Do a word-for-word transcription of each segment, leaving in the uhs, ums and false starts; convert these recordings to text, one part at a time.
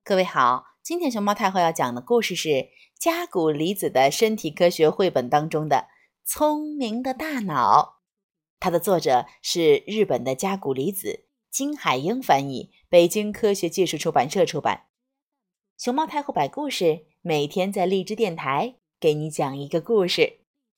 各位好，今天熊猫太后要讲的故事是加古离子的身体科学绘本当中的《聪明的大脑》，它的作者是日本的加古离子，金海英翻译，北京科学技术出版社出版。熊猫太后摆故事，每天在荔枝电台给你讲一个故事。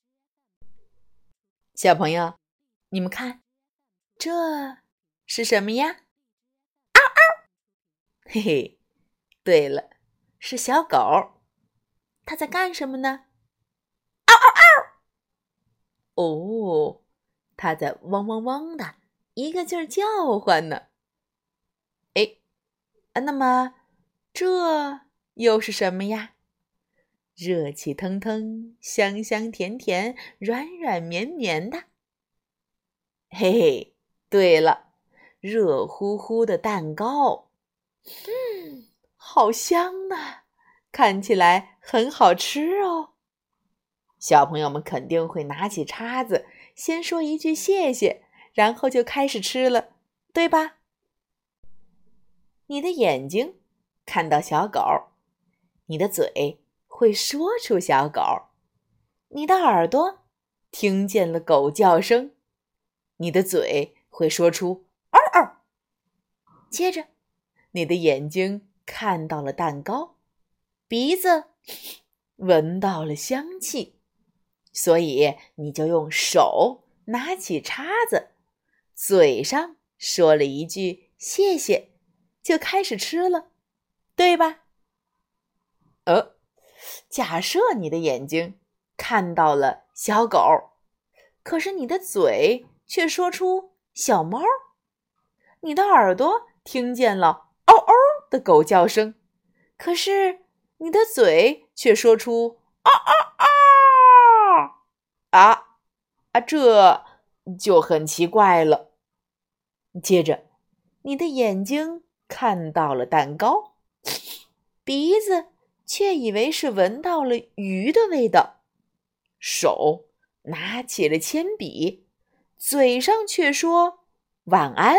小朋友，你们看，这是什么呀？嗷嗷！嘿嘿，对了，是小狗。它在干什么呢？嗷嗷嗷！哦，它在汪汪汪的一个劲儿叫唤呢。哎，那么这又是什么呀？热气腾腾，香香甜甜，软软绵绵的。嘿嘿，对了，热乎乎的蛋糕。嗯，好香啊，看起来很好吃哦。小朋友们肯定会拿起叉子，先说一句谢谢，然后就开始吃了，对吧？你的眼睛看到小狗，你的嘴会说出小狗，你的耳朵听见了狗叫声，你的嘴会说出嗷嗷。接着，你的眼睛看到了蛋糕，鼻子闻到了香气，所以你就用手拿起叉子，嘴上说了一句谢谢，就开始吃了，对吧？呃，假设你的眼睛看到了小狗，可是你的嘴却说出小猫，你的耳朵听见了嗷嗷的狗叫声，可是你的嘴却说出嗷嗷嗷啊啊，这就很奇怪了。接着，你的眼睛看到了蛋糕，鼻子却以为是闻到了鱼的味道，手拿起了铅笔，嘴上却说晚安。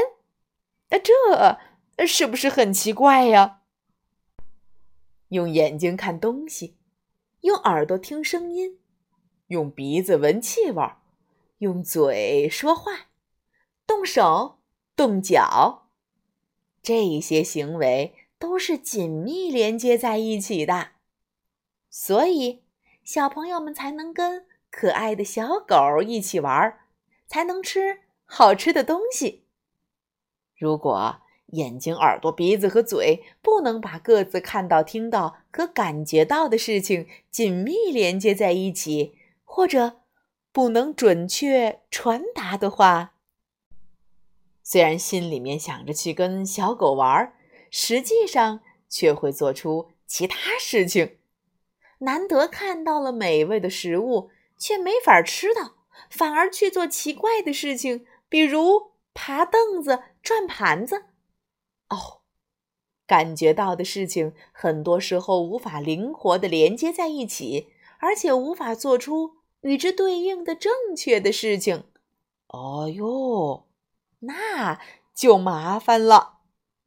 这是不是很奇怪呀？用眼睛看东西，用耳朵听声音，用鼻子闻气味，用嘴说话，动手动脚，这些行为都是紧密连接在一起的，所以小朋友们才能跟可爱的小狗一起玩，才能吃好吃的东西。如果眼睛、耳朵、鼻子和嘴不能把各自看到、听到和感觉到的事情紧密连接在一起，或者不能准确传达的话，虽然心里面想着去跟小狗玩，实际上却会做出其他事情。难得看到了美味的食物，却没法吃到，反而去做奇怪的事情，比如爬凳子、转盘子。哦，感觉到的事情很多时候无法灵活地连接在一起，而且无法做出与之对应的正确的事情。哦哟，那就麻烦了。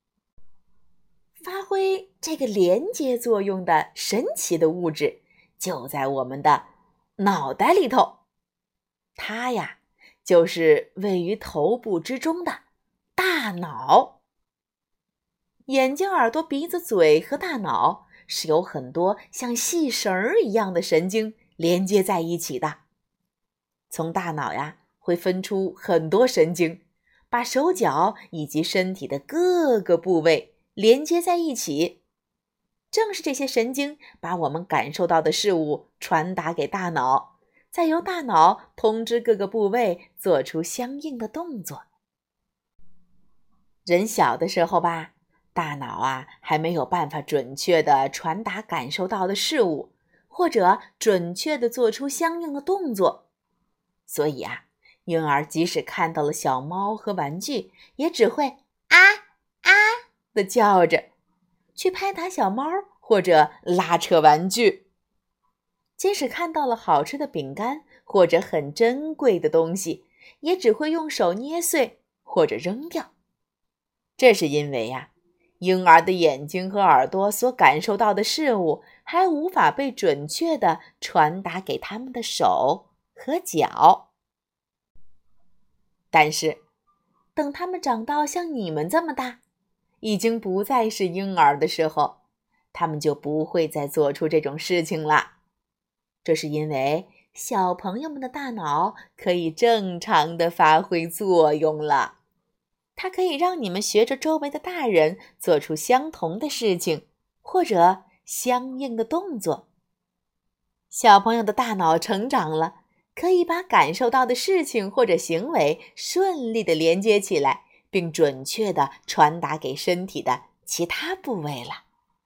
发挥这个连接作用的神奇的物质就在我们的脑袋里头，它呀，就是位于头部之中的大脑。眼睛、耳朵、鼻子、嘴和大脑是有很多像细绳儿一样的神经连接在一起的。从大脑呀，会分出很多神经，把手脚以及身体的各个部位连接在一起。正是这些神经把我们感受到的事物传达给大脑，再由大脑通知各个部位做出相应的动作。人小的时候吧，大脑啊还没有办法准确地传达感受到的事物，或者准确地做出相应的动作。所以啊，婴儿即使看到了小猫和玩具，也只会啊啊地叫着，去拍打小猫或者拉扯玩具。即使看到了好吃的饼干或者很珍贵的东西，也只会用手捏碎或者扔掉。这是因为呀、啊， 婴儿的眼睛和耳朵所感受到的事物还无法被准确地传达给他们的手和脚。但是，等他们长到像你们这么大，已经不再是婴儿的时候，他们就不会再做出这种事情了。这是因为小朋友们的大脑可以正常地发挥作用了。它可以让你们学着周围的大人做出相同的事情，或者相应的动作。小朋友的大脑成长了，可以把感受到的事情或者行为顺利地连接起来，并准确地传达给身体的其他部位了。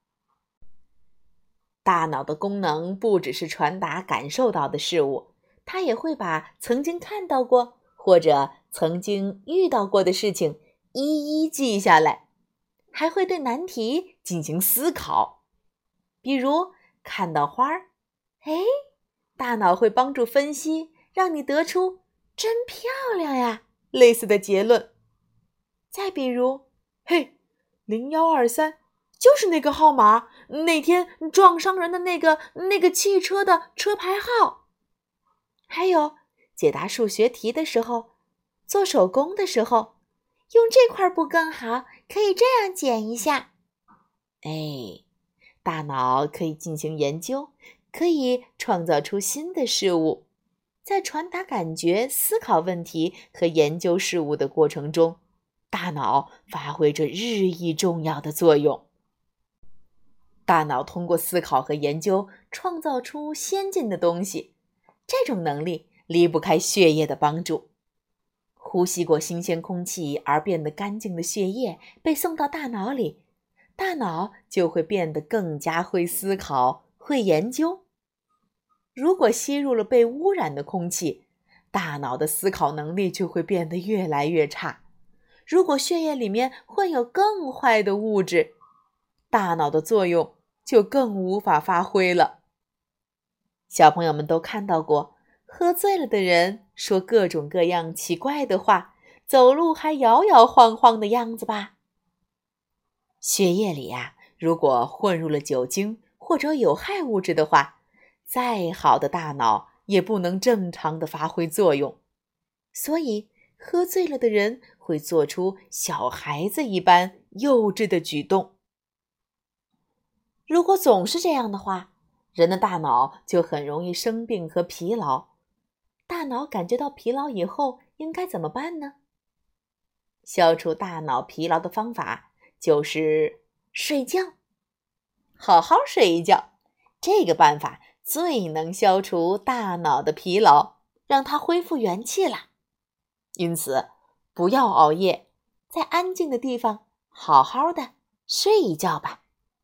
大脑的功能不只是传达感受到的事物，它也会把曾经看到过或者曾经遇到过的事情一一记下来，还会对难题进行思考。比如看到花儿，哎，大脑会帮助分析，让你得出真漂亮呀类似的结论。再比如，嘿，零一二三就是那个号码，那天撞伤人的那个那个汽车的车牌号。还有解答数学题的时候，做手工的时候，用这块布更好，可以这样剪一下。哎，大脑可以进行研究，可以创造出新的事物。在传达感觉、思考问题和研究事物的过程中，大脑发挥着日益重要的作用。大脑通过思考和研究创造出先进的东西，这种能力离不开血液的帮助。呼吸过新鲜空气而变得干净的血液被送到大脑里，大脑就会变得更加会思考、会研究。如果吸入了被污染的空气，大脑的思考能力就会变得越来越差。如果血液里面混有更坏的物质，大脑的作用就更无法发挥了。小朋友们都看到过，喝醉了的人说各种各样奇怪的话，走路还摇摇晃晃的样子吧？血液里啊，如果混入了酒精或者有害物质的话，再好的大脑也不能正常的发挥作用。所以，喝醉了的人会做出小孩子一般幼稚的举动。如果总是这样的话，人的大脑就很容易生病和疲劳。大脑感觉到疲劳以后应该怎么办呢？消除大脑疲劳的方法就是睡觉，好好睡一觉。这个办法最能消除大脑的疲劳，让它恢复元气了。因此，不要熬夜，在安静的地方好好的睡一觉吧。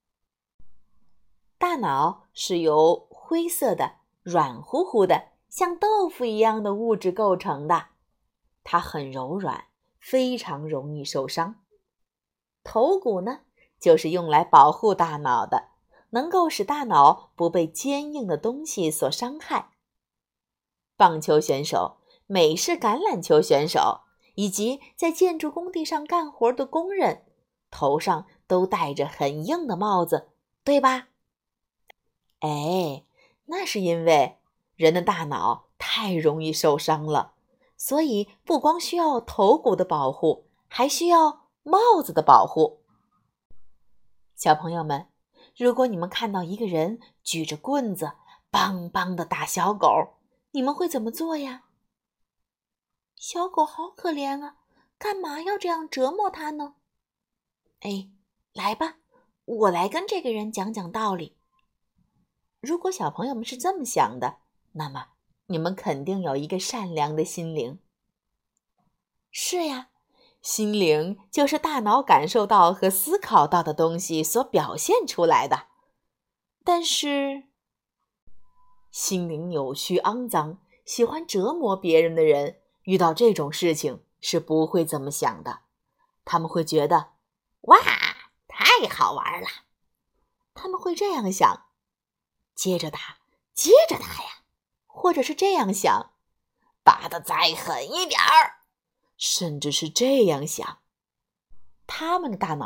大脑是由灰色的、软乎乎的、像豆腐一样的物质构成的，它很柔软，非常容易受伤。头骨呢，就是用来保护大脑的，能够使大脑不被坚硬的东西所伤害。棒球选手、美式橄榄球选手以及在建筑工地上干活的工人，头上都戴着很硬的帽子，对吧？哎，那是因为人的大脑太容易受伤了，所以不光需要头骨的保护，还需要帽子的保护。小朋友们，如果你们看到一个人举着棍子梆梆地打小狗，你们会怎么做呀？小狗好可怜啊，干嘛要这样折磨它呢？哎，来吧，我来跟这个人讲讲道理。如果小朋友们是这么想的，那么你们肯定有一个善良的心灵。是呀，心灵就是大脑感受到和思考到的东西所表现出来的。但是，心灵扭曲肮脏，喜欢折磨别人的人，遇到这种事情是不会这么想的。他们会觉得，哇，太好玩了。他们会这样想，接着打，接着打呀，或者是这样想，打得再狠一点儿，甚至是这样想。他们的大脑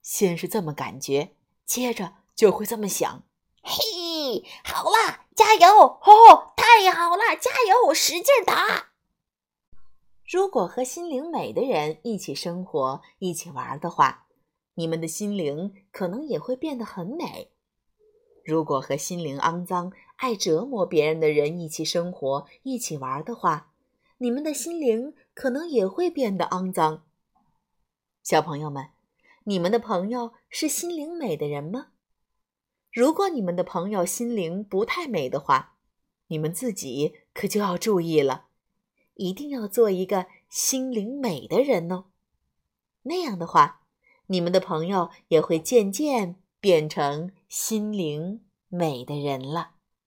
先是这么感觉，接着就会这么想： 嘿，好啦，加油！哦，太好了，加油，使劲打！ 如果和心灵美的人一起生活、一起玩的话，你们的心灵可能也会变得很美。如果和心灵肮脏、爱折磨别人的人一起生活、一起玩的话，你们的心灵可能也会变得肮脏。小朋友们，你们的朋友是心灵美的人吗？如果你们的朋友心灵不太美的话，你们自己可就要注意了，一定要做一个心灵美的人哦。那样的话，你们的朋友也会渐渐变成心灵美的人了。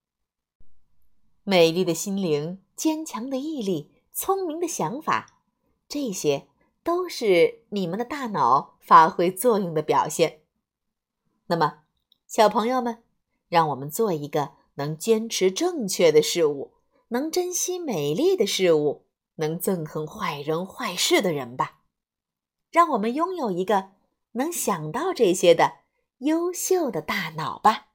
美丽的心灵、坚强的毅力、聪明的想法，这些都是你们的大脑发挥作用的表现。那么，小朋友们，让我们做一个能坚持正确的事物，能珍惜美丽的事物，能憎恨坏人坏事的人吧。让我们拥有一个能想到这些的优秀的大脑吧。